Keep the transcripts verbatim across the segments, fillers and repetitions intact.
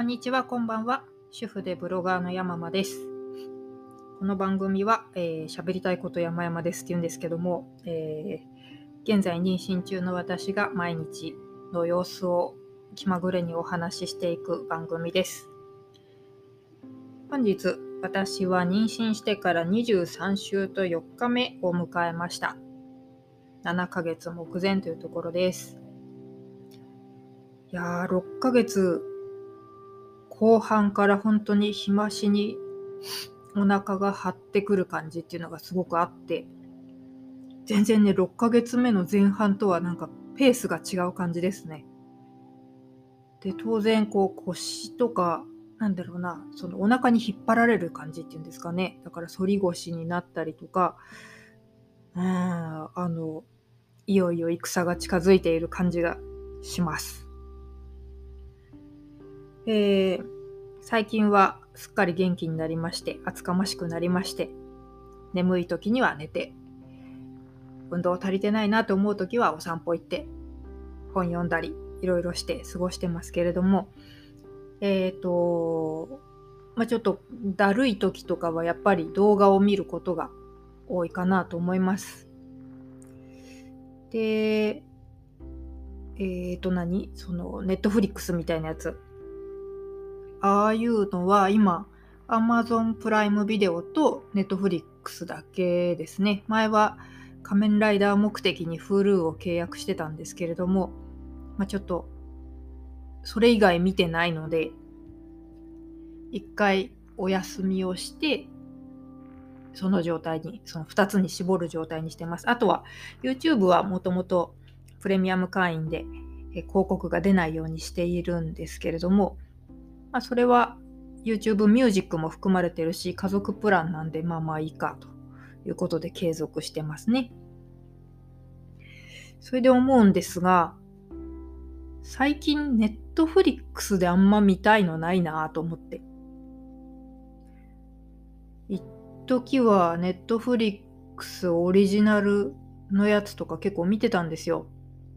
んにちは、こんばんは。主婦でブロガーの山間です。この番組は、えー、喋りたいこと山々ですって言うんですけども、えー、現在妊娠中の私が毎日の様子を気まぐれにお話ししていく番組です。本日、私は妊娠してからにじゅうさんしゅうとよっかめを迎えました。ななかげつ目前というところです。いやー、ろっかげつ後半から本当に日増しにお腹が張ってくる感じっていうのがすごくあって、全然ね、ろっかげつめの前半とはなんかペースが違う感じですね。で、当然こう腰とか、なんだろうな、そのお腹に引っ張られる感じっていうんですかね。だから反り腰になったりとか、うーん、あの、いよいよ戦が近づいている感じがします。えー、最近はすっかり元気になりまして、厚かましくなりまして、眠い時には寝て、運動足りてないなと思う時はお散歩行って本読んだりいろいろして過ごしてますけれども、えっとまあちょっとだるい時とかはやっぱり動画を見ることが多いかなと思います。で、えっと何そのネットフリックスみたいなやつ、ああいうのは今 Amazon プライムビデオとネットフリックスだけですね。前は仮面ライダー目的に Hulu を契約してたんですけれども、まあ、ちょっとそれ以外見てないので一回お休みをしてその状態にそのふたつに絞る状態にしてます。あとは YouTube はもともとプレミアム会員で広告が出ないようにしているんですけれども、まあ、それは YouTube ミュージックも含まれてるし家族プランなんでまあまあいいかということで継続してますね。それで思うんですが、最近ネットフリックスであんま見たいのないなと思って。一時はネットフリックスオリジナルのやつとか結構見てたんですよ。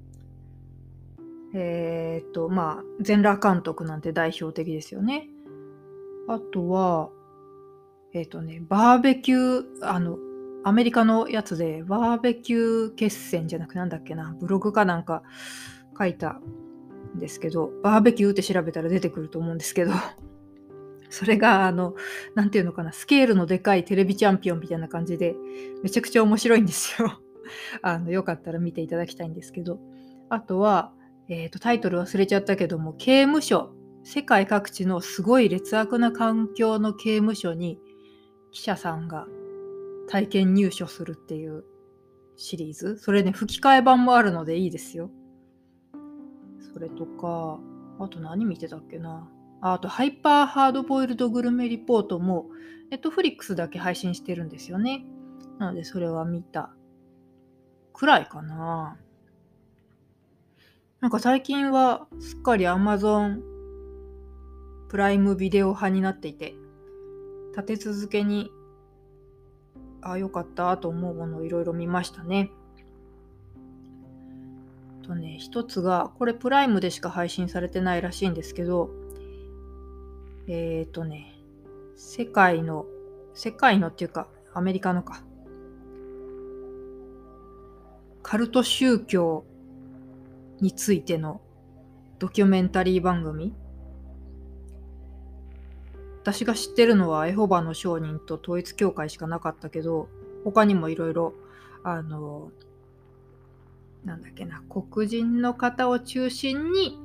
えっとまあ全裸監督なんて代表的ですよね。あとはえっとねバーベキュー、あのアメリカのやつでバーベキュー決戦じゃなくなんだっけな、ブログかなんか書いたんですけど、バーベキューって調べたら出てくると思うんですけど、それがあのなんていうのかな、スケールのでかいテレビチャンピオンみたいな感じでめちゃくちゃ面白いんですよ。あのよかったら見ていただきたいんですけど、あとはえっとタイトル忘れちゃったけども、刑務所、世界各地のすごい劣悪な環境の刑務所に記者さんが体験入所するっていうシリーズ。それね吹き替え版もあるのでいいですよ。それとか、あと何見てたっけな。あ、あとハイパーハードボイルドグルメリポートもネットフリックスだけ配信してるんですよね。なのでそれは見たくらいかな。なんか最近はすっかり Amazon プライムビデオ派になっていて、立て続けにあ良かったと思うものをいろいろ見ましたね。とね、一つがこれプライムでしか配信されてないらしいんですけど、えっとね世界の世界のっていうかアメリカのかカルト宗教についてのドキュメンタリー番組。私が知ってるのはエホバの証人と統一教会しかなかったけど、他にもいろいろあのなんだっけな、黒人の方を中心に、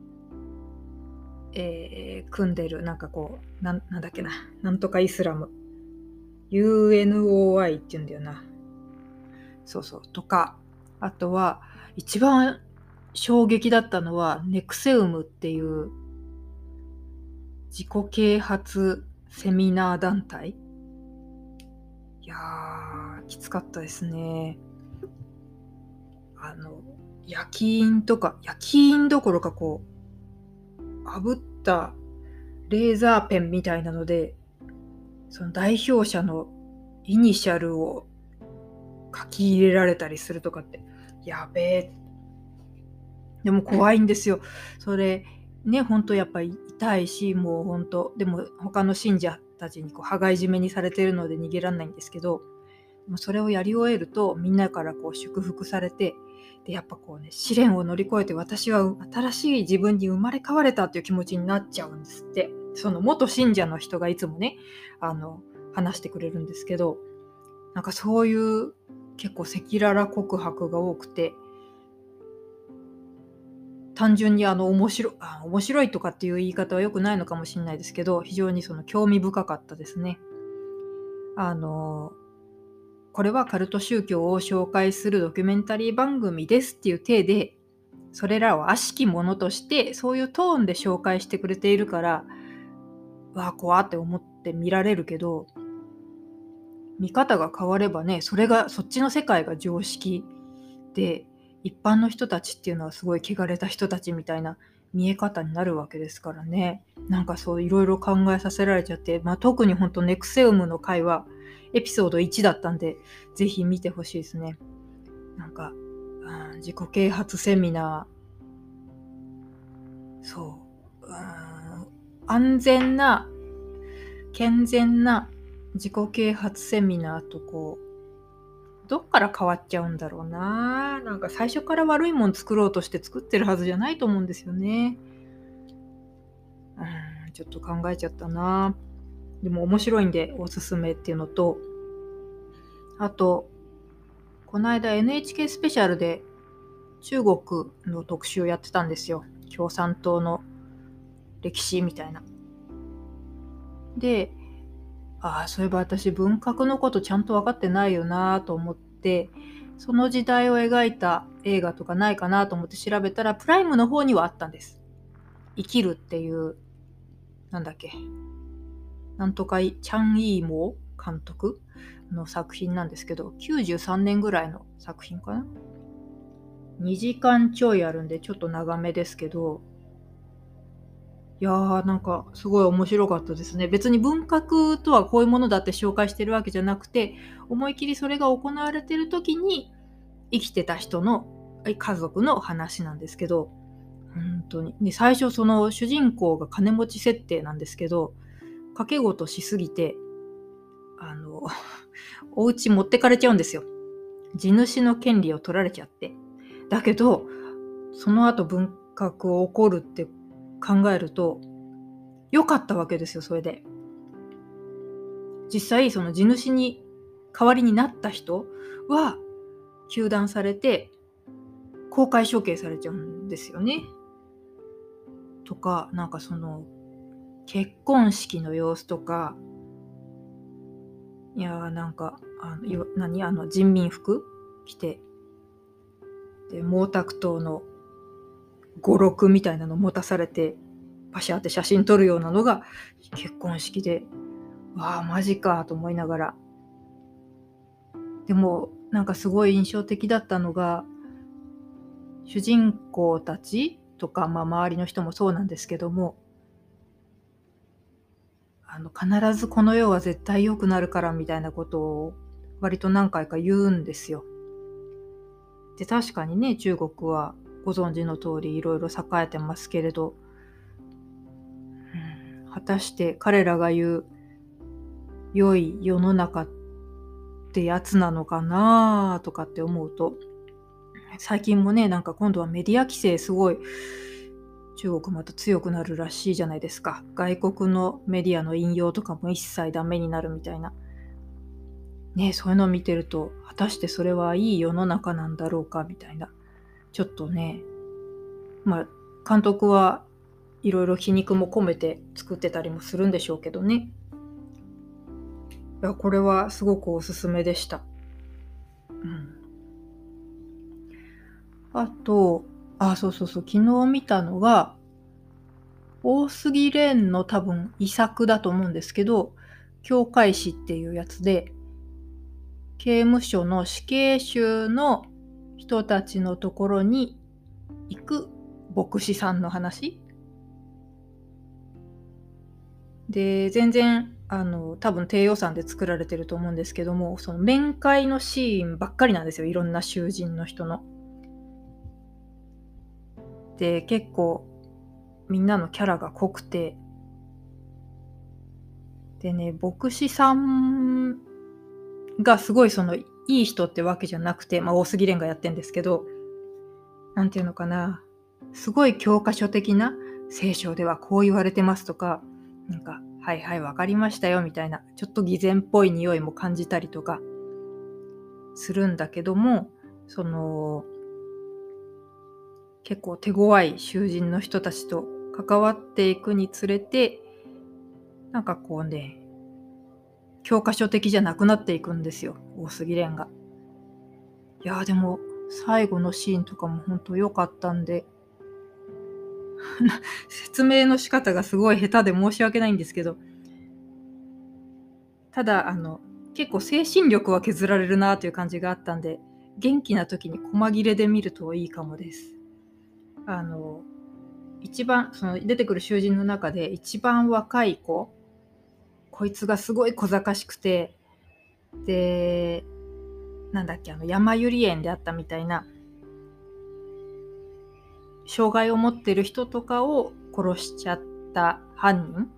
えー、組んでるなんかこうな ん, なんだっけななんとかイスラム ユーエヌオーアイ って言うんだよな。そうそうとか、あとは一番衝撃だったのはネクセウムっていう自己啓発セミナー団体。いやーきつかったですね。あの焼き印とか焼き印どころかこう炙ったレーザーペンみたいなのでその代表者のイニシャルを書き入れられたりするとかってやべえ。でも怖いんですよそれね。本当やっぱり痛いし、もうほんと、でも他の信者たちにこう羽交い締めにされてるので逃げらんないんですけど、もうそれをやり終えるとみんなからこう祝福されて、でやっぱこうね、試練を乗り越えて私は新しい自分に生まれ変われたっていう気持ちになっちゃうんですって。その元信者の人がいつもね、あの話してくれるんですけど、なんかそういう結構赤裸々告白が多くて、単純にあの面白あ面白いとかっていう言い方は良くないのかもしれないですけど、非常にその興味深かったですね。あのこれはカルト宗教を紹介するドキュメンタリー番組ですっていう体で、それらを悪しきものとしてそういうトーンで紹介してくれているから、わあ怖って思って見られるけど、見方が変わればね、それがそっちの世界が常識で、一般の人たちっていうのはすごい汚れた人たちみたいな見え方になるわけですからね。なんかそういろいろ考えさせられちゃって、まあ、特にほんとネクセウムの回はエピソードいちだったんで、ぜひ見てほしいですね。なんか、うん、自己啓発セミナー、そう、うん、安全な健全な自己啓発セミナーとこうどっから変わっちゃうんだろうな。なんか最初から悪いもん作ろうとして作ってるはずじゃないと思うんですよね。うん、ちょっと考えちゃったな。でも面白いんでおすすめっていうのと、あと、この間 エヌエイチケー スペシャルで中国の特集をやってたんですよ。共産党の歴史みたいな。で、ああ、そういえば私文革のことちゃんと分かってないよなと思って、その時代を描いた映画とかないかなと思って調べたら、プライムの方にはあったんです。生きるっていう、なんだっけ、なんとかいチャン・イーモー監督の作品なんですけど、きゅうじゅうさんねんぐらいの作品かな。にじかんちょいあるんでちょっと長めですけど、いやーなんかすごい面白かったですね。別に文革とはこういうものだって紹介してるわけじゃなくて、思い切りそれが行われてる時に生きてた人の家族の話なんですけど、本当に。で、最初その主人公が金持ち設定なんですけど、賭け事しすぎて、あの、お家持ってかれちゃうんですよ。地主の権利を取られちゃって。だけど、その後文革を起こるって考えると、良かったわけですよ、それで。実際、その地主に代わりになった人は、糾弾されて、公開処刑されちゃうんですよね。とか、なんかその、結婚式の様子とか、いやーなんか、あの、いわ何あの、人民服着て、で、毛沢東の語録みたいなの持たされて、パシャって写真撮るようなのが結婚式で、わあ、マジかと思いながら。でも、なんかすごい印象的だったのが、主人公たちとか、まあ、周りの人もそうなんですけども、あの、必ずこの世は絶対良くなるからみたいなことを割と何回か言うんですよ。で、確かにね、中国はご存知の通りいろいろ栄えてますけれど、うん、果たして彼らが言う良い世の中ってやつなのかなとかって思うと、最近もね、なんか今度はメディア規制すごい中国また強くなるらしいじゃないですか。外国のメディアの引用とかも一切ダメになるみたいな。ね、そういうのを見てると、果たしてそれはいい世の中なんだろうかみたいな。ちょっとね、まあ、監督はいろいろ皮肉も込めて作ってたりもするんでしょうけどね。いや、これはすごくおすすめでした。うん。あと、あ、そうそうそう、昨日見たのが、大杉蓮の多分遺作だと思うんですけど、教会史っていうやつで、刑務所の死刑囚の人たちのところに行く牧師さんの話で、全然あの多分低予算で作られてると思うんですけども、その面会のシーンばっかりなんですよ、いろんな囚人の人の。で、結構みんなのキャラが濃くて、でね、牧師さんがすごいそのいい人ってわけじゃなくて、まあ、大杉蓮がやってんですけど、なんていうのかな、すごい教科書的な、聖書ではこう言われてますとか、なんか、はいはいわかりましたよみたいな、ちょっと偽善っぽい匂いも感じたりとかするんだけども、その、結構手強い囚人の人たちと関わっていくにつれて、なんかこうね、教科書的じゃなくなっていくんですよ、大杉蓮が。いやーでも、最後のシーンとかも本当良かったんで、説明の仕方がすごい下手で申し訳ないんですけど、ただ、あの、結構精神力は削られるなという感じがあったんで、元気な時に細切れで見るといいかもです。あの、一番、その出てくる囚人の中で一番若い子、こいつがすごい小賢しくて、で、なんだっけ、あの、山百合園であったみたいな、障害を持ってる人とかを殺しちゃった犯人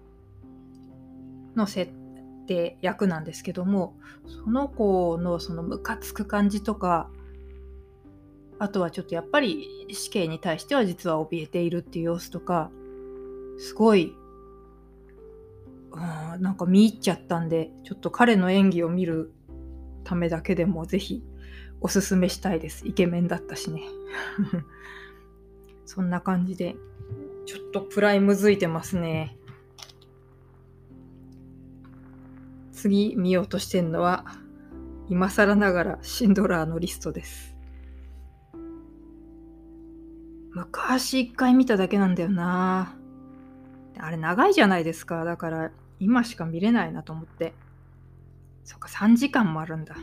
の設定役なんですけども、その子のそのムカつく感じとか、あとはちょっとやっぱり死刑に対しては実は怯えているっていう様子とか、すごい、うん、なんか見入っちゃったんで、ちょっと彼の演技を見るためだけでもぜひおすすめしたいです。イケメンだったしね。そんな感じで、ちょっとプライムづいてますね。次見ようとしてんのは、今更ながらシンドラーのリストです。昔一回見ただけなんだよな。あれ長いじゃないですか。だから今しか見れないなと思って。そっか、さんじかんもあるんだ。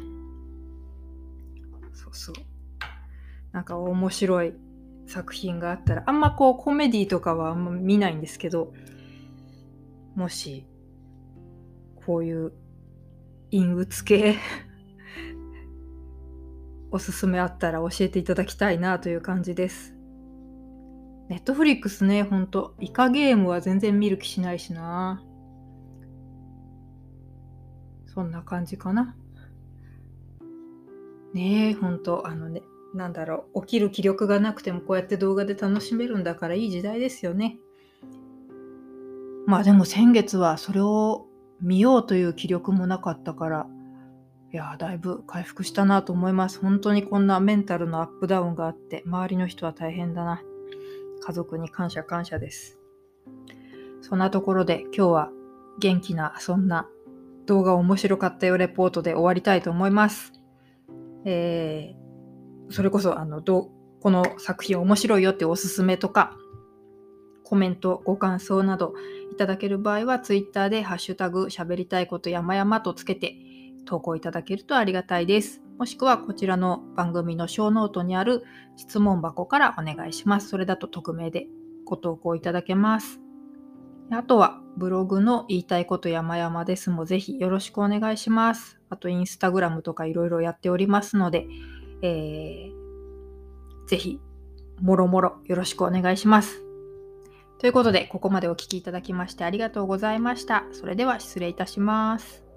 そうそう。なんか面白い作品があったら、あんまこうコメディとかはあんま見ないんですけど、もしこういう陰鬱系おすすめあったら教えていただきたいなという感じです。ネットフリックスね、ほんとイカゲームは全然見る気しないしな。そんな感じかな。ねえ、ほんとあのね、なんだろう、起きる気力がなくてもこうやって動画で楽しめるんだからいい時代ですよね。まあでも先月はそれを見ようという気力もなかったから、いや、だいぶ回復したなと思います。本当にこんなメンタルのアップダウンがあって、周りの人は大変だな。家族に感謝感謝です。そんなところで今日は元気なそんな動画面白かったよレポートで終わりたいと思います。えー、それこそあのどこの作品面白いよっておすすめとかコメントご感想などいただける場合はツイッターでハッシュタグ喋りたいこと山々とつけて投稿いただけるとありがたいです。もしくはこちらの番組のショーノートにある質問箱からお願いします。それだと匿名でご投稿いただけます。あとはブログの言いたいこと山々ですもぜひよろしくお願いします。あとインスタグラムとかいろいろやっておりますので、えー、ぜひもろもろよろしくお願いします。ということでここまでお聞きいただきましてありがとうございました。それでは失礼いたします。